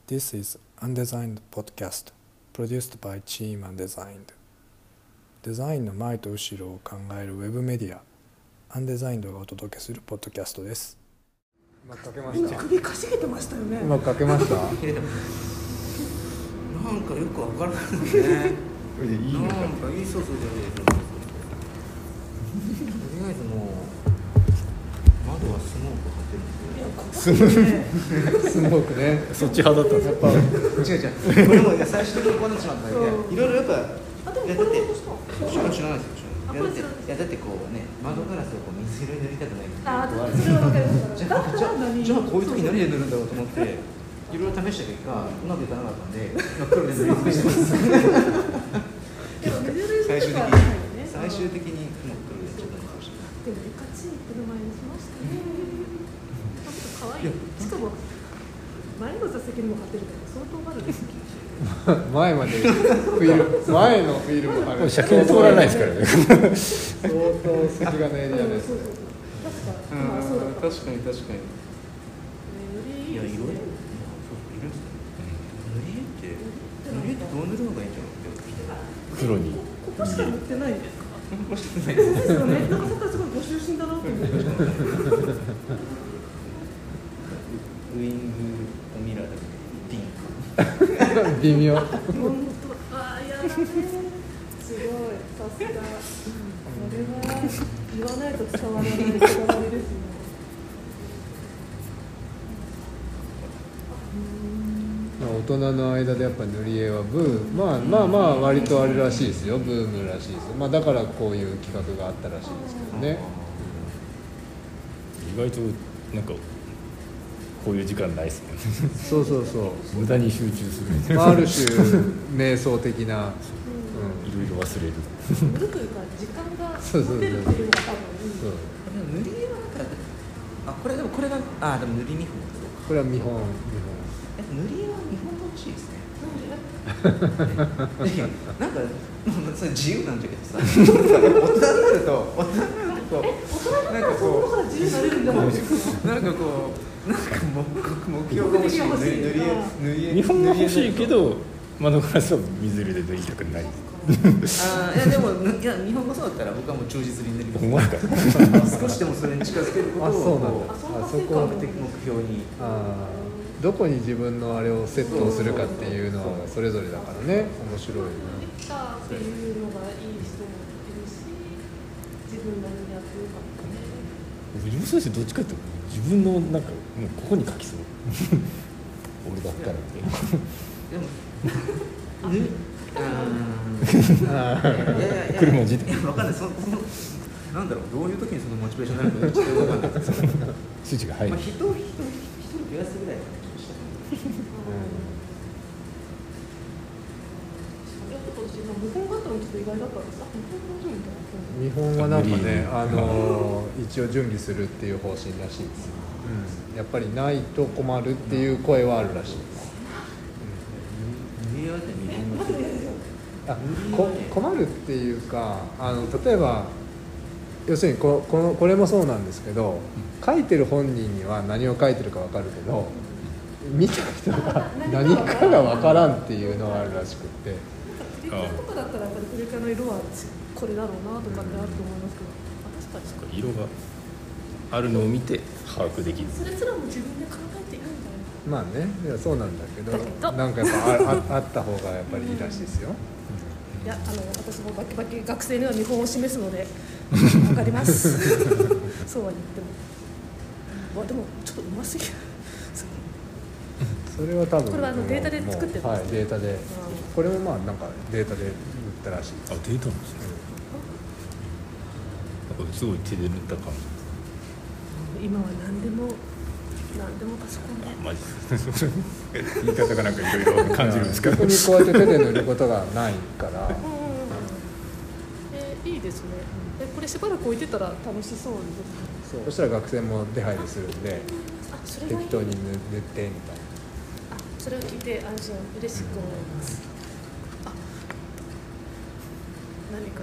This is Undesigned Podcast produced by Team Undesigned。 デザインの前と後ろを考えるウェブメディア Undesigned がお届けするポッドキャストです。うまく書けました。 首かしげてましたよね。 うまく書けましたなんかよくわからないね。 いいのかなんかいいそうそうじゃねえとりあえずもう窓はスモーク貼ってるんですよ。 スモークね。 そっち派だったんですやっぱ違うこれも最終的にこうなっちまったんで、いろいろやっぱでもこれもした知らないですよ。いやだってこうね、窓ガラスをこう水色に塗りたくないっていうあのがある。 それはわかります。 じゃあこういう時何で塗るんだろうと思っていろいろ試した結果うまくいかなかったんで黒で塗りつくしてます。最終的にもう黒でちょっと塗りました。 でもリカチン車にしましたね。可愛い。しかも前の座席にも貼ってるから相当悪いです。 前までフィルム前のフィルム貼る車検通らないですからね。 相当席がのエリアです。 確かにいや色々塗り絵ってどう塗るのがいいんじゃない黒にここしか塗ってないんですか。 ここしかないですよね。なんかすごいご就寝だなと思って。 ウイングミラーだけピン微妙。 本当あいやだね。すごいさすが。これは言わないと伝わらないこだわりですね。 大人の間でやっぱ塗り絵はブーム、まあ割とあれらしいですよ、ブームらしいですよ。だからこういう企画があったらしいですけどね。 意外となんかこういう時間ないですもんね。 そう無駄に集中するみたいな。 ある種瞑想的な、 いろいろ忘れる。 塗るというか時間が持てるっていうのが多分塗り絵はなんかこれでもこれがでも塗り見本これは見本。 塗り絵は見本が欲しいですね。なんかそれ自由なんだけどさ、大人になるとなんかこう自由になれるんじゃないですか。 なんかこう目標が欲しい。塗り絵日本が欲しいけど窓ガラスは水色で塗りたくない。 いやでも日本語そうだったら僕はもう忠実に塗ります。少しでもそれに近づけることをそこ目標に。 どこに自分のあれをセットをするかっていうのはそれぞれだからね、面白い。 できたっていうのがいい人もいるし、自分なりにやってるかもね。 自分そうです。どっちかっていうと自分のなんかもうここに書きそう。俺だったらみたいな。車自体。 わかんない。なんだろう、どういう時にそのモチベーションになるかちょっとわかんない。 筋が入る。 人増やすぐらい。 見本があったのちょっと意外だったんです。 見本はなんかね、一応準備するっていう方針らしいです。やっぱりないと困るっていう声はあるらしいです。困るっていうか、例えば要するにこれもそうなんですけど、書いてる本人には何を書いてるか分かるけど、見た人が何かが分からんっていうのがあるらしくって。 プリキュアとかだったらやっぱりプリキュアの色はこれだろうなとかってあると思いますけど、確かに色があるのを見て把握できる。 それすらも自分で考えていいんだよ。 まあね、いやそうなんだけど、なんかやっぱあった方がやっぱりいいらしいですよ。 いや私もバキバキ学生には見本を示すので分かります。そうは言っても、でもちょっとうますぎる。 それは多分これはデータで作ってるんですね。 はい、データで。これもなんかデータで塗ったらしいです。 データなんですね。なんかすごい手で塗った感じ。 今は何でもパソコンで。 マジ言い方がなんかいろいろ感じるんですけど。 逆にこうやって手で塗ることがないから。 いいですね。これしばらく置いてたら楽しそうですね。 そしたら学生も出入りするんで、適当に塗ってみたいな。 それを聞いて安心嬉しく思います。何か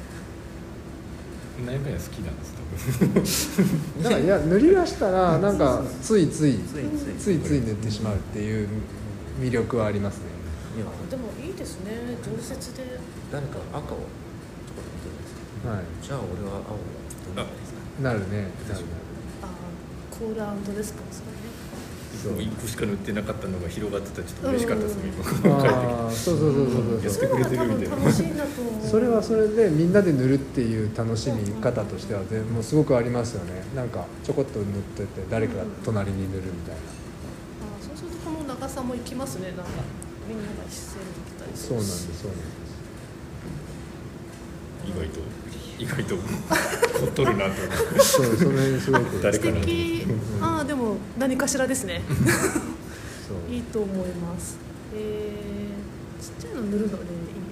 何回好きなんですだからいや塗り出したらなんかついつい塗ってしまうっていう魅力はありますね。 いやでもいいですね、常設で。 誰か赤をちょこっと見てるんですか。 はじゃあ俺は青をどうなんですか。 い、なるね。なるあコールアンドレスポンスがね。 そうもう1個しか塗ってなかったのが広がってたらちょっと嬉しかったですね、 ああ、そうそうそうそうそう。 やってくれてるみたいなそれは多分楽しいなと思う。 それはそれでみんなで塗るっていう楽しみ方としてはもうすごくありますよね。なんかちょこっと塗ってて誰かが隣に塗るみたいな。 あそうするとこの長さもいきますね。なんかみんなが一斉に来たりすそうるし。 なんです、そうなんです。 意外と凝っとるなと思ってそう、その辺すごく誰かの素敵。ああでも何かしらですね。 そういいと思います。ちっちゃいの塗るのねいいよ。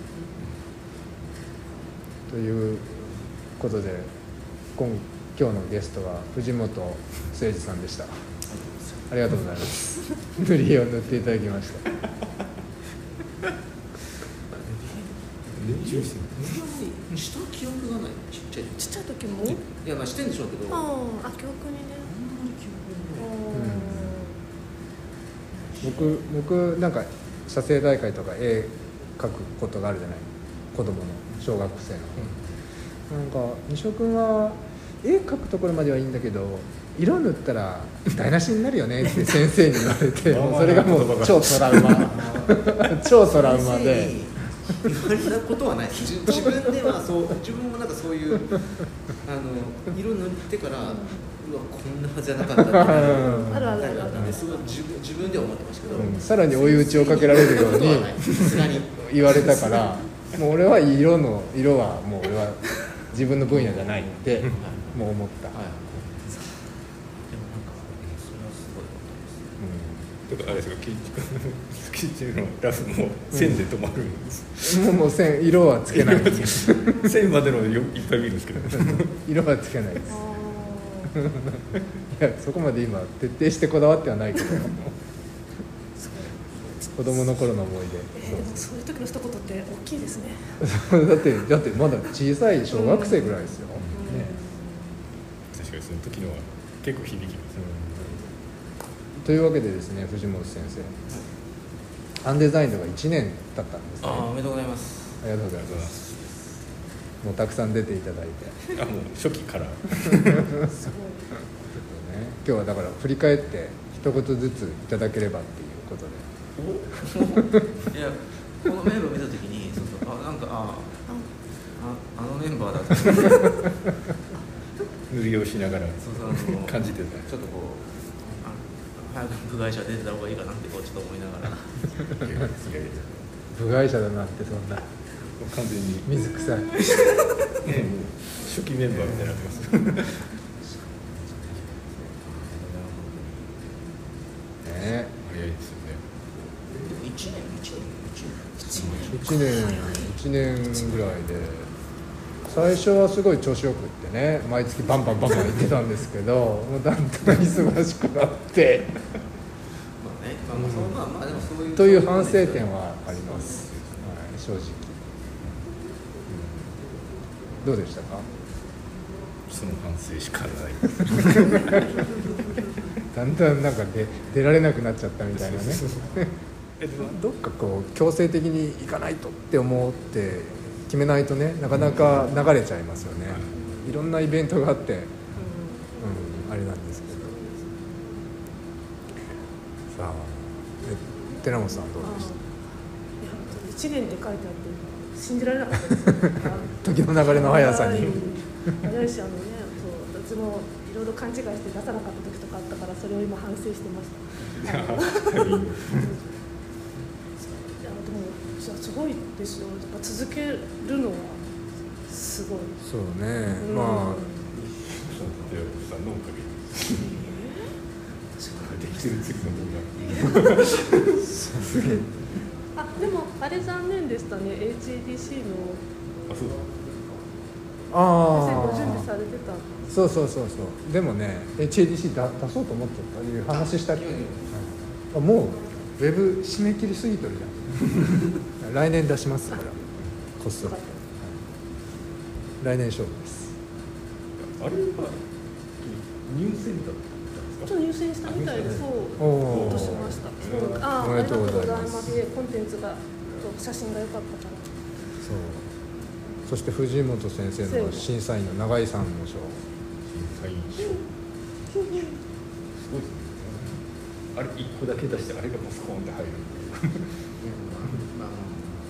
ということで今日のゲストは藤本誠二さんでした。ありがとうございます。塗り絵を塗っていただきました。 練習してるした記憶がない。ちっちゃい。 ちっちゃい時も。 いやまあしてんでしょうけど。 ああ記憶にね。 あんまり記憶がない。 僕なんか写生大会とか絵描くことがあるじゃない、子供の小学生の、なんか西尾君は絵描くところまではいいんだけど色塗ったら台無しになるよねって先生に言われてもうそれがもう超トラウマ超トラウマで言われたことはない。自分ではそう、自分もなんかそういう色塗ってから、うわこんなはずじゃなかったってなるあるあるあるある。 すごい自分では思ってましたけど、 さらに追い打ちをかけられるようにさすがに言われたからもう俺は色はもう俺は自分の分野じゃないってもう思った、 はい。でもなんかそれはすごいことです。 とかあれですか、建築のラフも線で止まるんです、 もう線色はつけないです線までのいっぱい見るんですけど色はつけないですあいやそこまで今徹底してこだわってはないけど子供の頃の思いでもそういう時の一言って大きいですね。 出だってまだ小さい小学生ぐらいですよ、ね、 確かにその時のは結構響きますね、 というわけでですね、藤本先生、アンデザインドが1年経ったんですね。 おめでとうございます。 ありがとうございます。もうたくさん出ていただいて、 もう初期からすごい。 今日はだから振り返って一言ずついただければっていうことで。 いやこのメンバー見たときになんかあのメンバーだって塗りをしながら感じてた。 ちょっとこう早く部外者出てた方がいいかなってこうちょっと思いながら部外者だなってそんな完全に水臭い初期メンバーみたいになってますね。 早いですよね。 1年ぐらいで最初はすごい調子よくってね、毎月バンバン行ってたんですけどもうだんだん忙しくなってという反省点はあります、はい、正直、どうでしたか？ その反省しかないだんだんなんか出られなくなっちゃったみたいなねどっかこう強制的に行かないとって思って決めないとね、なかなか流れちゃいますよね。いろんなイベントがあって、あれなんですけど。さあ、寺本さんどうでした？ いや1年って書いてあって信じられなかったです時の流れの速さに早いしそう私もいろいろ勘違いして出さなかった時とかあったから、それを今反省してましたでもすごいですよ。やっぱ続けるのはすごい。 そうね、まあ寺本さんのおかげできてる次の分がでもあれ残念でしたね、 HADC の先生ご準備されてた。 そうでもね HADC 出そうと思ってたという話したっけ、もうウェブ締め切りすぎとるじゃん来年出しますからこっそり、来年勝負です。 あれは入選だったんですか？ ちょっと入選したみたいで、そう落としました。 あおめでとうございます。 ありがとうございます。コンテンツが写真が良かったから。 そうそして藤本先生の審査員の永井さんの賞、 最初すごいですね。あれ1個だけ出してあれがパソコンって入るっていうまあ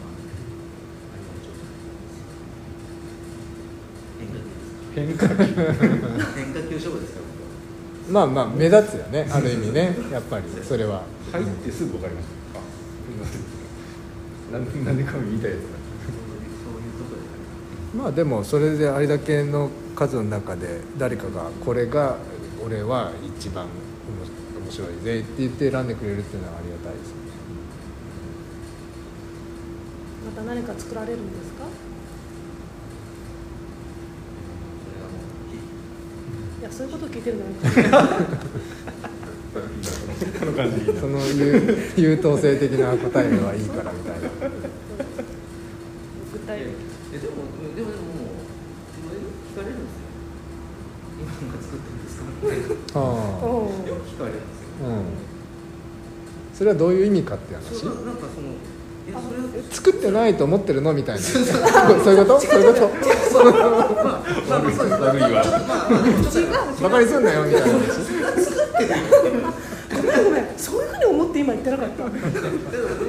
変化球変化球勝負ですから。 まあまあ目立つよね、ある意味ね、やっぱりそれは入ってすぐ分かりました。なんでか見たやつだ。 そういうところで。 まあでもそれであれだけの数の中で誰かがこれが俺は一番面白いぜって言って選んでくれるっていうのはありがたいですね。 また何か作られるんですか？いや、そういうことを聞いてるのよ。 この感じいいな。 その優等生的な答えはいいからみたいな。 具体的。 でも聞かれるんですよ。今が作ってるんですか？ ああ、 およく聞かれるんですよ。 それはどういう意味かって話。 なんかそのそれは作ってないと思ってるのみたいな。そういうこと？そういうこと？ 悪いわ。 バカにすんなよみたいな話。 ごめん、そういうふうに思って今言ってなかった。 それがじゃあ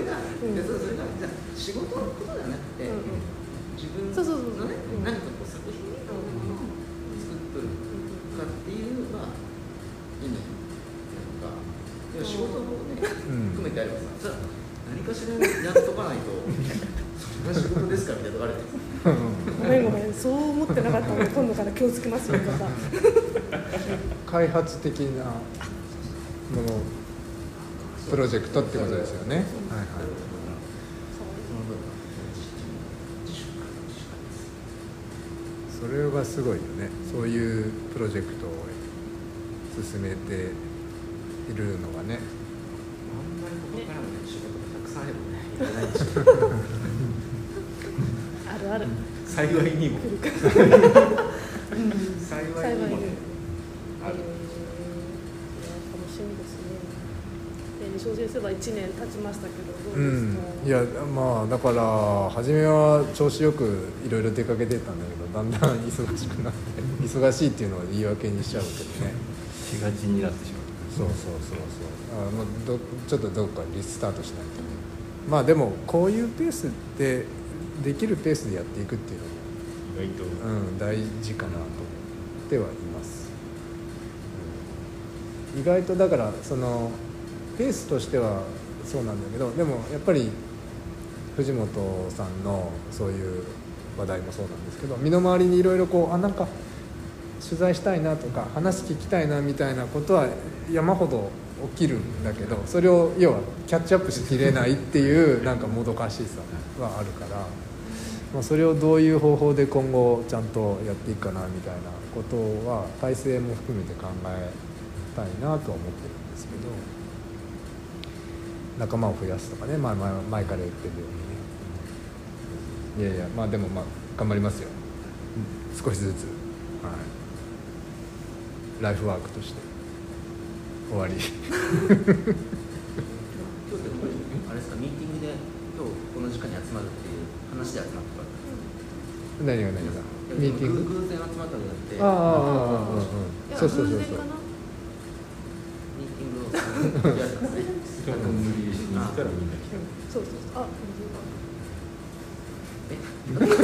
仕事のことではなくて、自分のね何かこう作品を作っとるかっていうのが意味なのか、でも仕事をね含めてあればさ、何かしらやっとかないとそれが仕事ですかみたいなとこあるじゃないですか。 ごめん、そう思ってなかったので今度から気をつけますよ、方。 開発的なものプロジェクトってことですよね。はいはい。それがすごいよね。そういうプロジェクトを進めているのがね。 あんまりここからもね仕事がたくさんあればねいけないんですよ。 あるある。 幸いにも。 来るか。 幸いにも。ある。 楽しみですね。西尾先生は1年経ちましたけどどうですか？ いやまあだから初めは調子よくいろいろ出かけてたんだけど、だんだん忙しくなって忙しいっていうのを言い訳にしちゃうけどね。 気がちになってしまう。 そうもうちょっとどっかリスタートしないとね。まあでもこういうペースでできるペースでやっていくっていうのも意外と大事かなと思ってはいます。意外とだからそのペースとしてはそうなんだけど、でもやっぱり藤本さんのそういう話題もそうなんですけど、身の回りにいろいろこうなんか取材したいなとか話聞きたいなみたいなことは山ほど起きるんだけど、それを要はキャッチアップしきれないっていうなんかもどかしさはあるから、まあ、それをどういう方法で今後ちゃんとやっていくかなみたいなことは体制も含めて考えたいなとは思ってるんですけど、仲間を増やすとかね、前から言ってるようにね。いやまあでもまあ頑張りますよ、少しずつ、はい、ライフワークとして終わり。 今日ってあれですか、ミーティングで今日この時間に集まるっていう話で集まったから。 何がミーティング？ 偶然集まったんじゃなくて。 そう偶然かな。 ミーティングをやったんですね。 無理しに行ったらみんな来た。 そう。 どう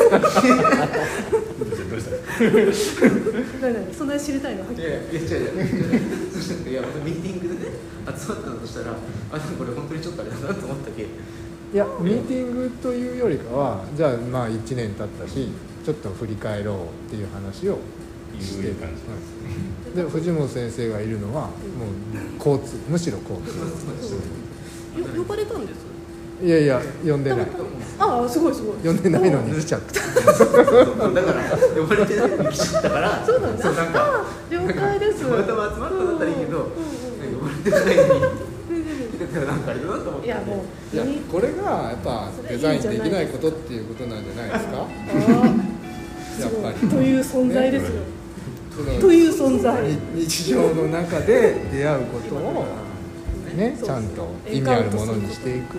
した？ そんなに知りたいの？ いや違う。いやミーティングでね集まったとしたら、でもこれ本当にちょっとあれだなと思ったけ。 いやミーティングというよりかは、じゃあまあ1年経ったしちょっと振り返ろうっていう話をしてる感じで、藤本先生がいるのはもうむしろ交通。 呼ばれたんです。 いや呼んでない。 ああすごい。 呼んでないのに来ちゃった。 だから呼ばれてないのに来ちゃったから。 そうなんだ。 なんか了解です。 たまたま集まったんだったらいいけど、呼ばれてないのになんかあれだなと思って。 いやもうこれがやっぱデザインできないことっていうことなんじゃないですか。やっぱりという存在ですよ。 ね、 という存在。 日常の中で出会うことをね、 そうちゃんと意味あるものにしていくっていう、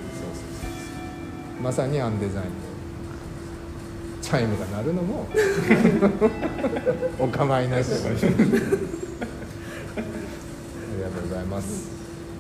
まさにアンデザインでチャイムが鳴るのもお構いなしありがとうございます。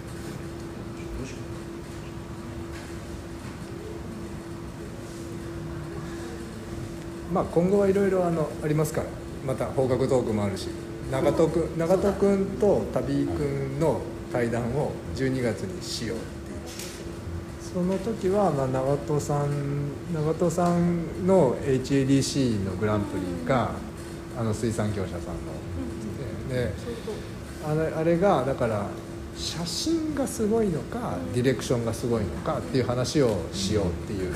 まあ今後はいろいろありますから、また放課後トークもあるし、長戸くんと旅井くんの対談を12月にしようっていう。その時はまあ長戸さんの HADC のグランプリが水産業者さんので、あれがだから写真がすごいのかディレクションがすごいのかっていう話をしようっていう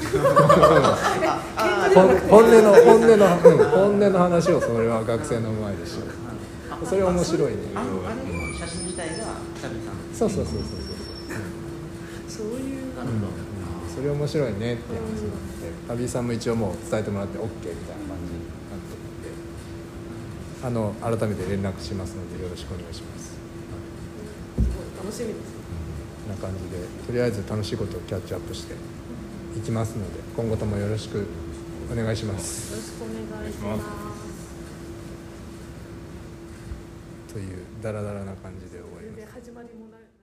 本音の話をそれは学生の前でしよう。それ面白いね。 あれの写真自体が北見さん。 そう、 そういうそれ面白いねって話になって、旅井さんも一応もう伝えてもらって OK みたいな感じになってるんで、改めて連絡しますのでよろしくお願いします。 楽しみです。 な感じでとりあえず楽しいことをキャッチアップしていきますので、今後ともよろしくお願いします。 よろしくお願いします。 というダラダラな感じで終わります。 始まりもない。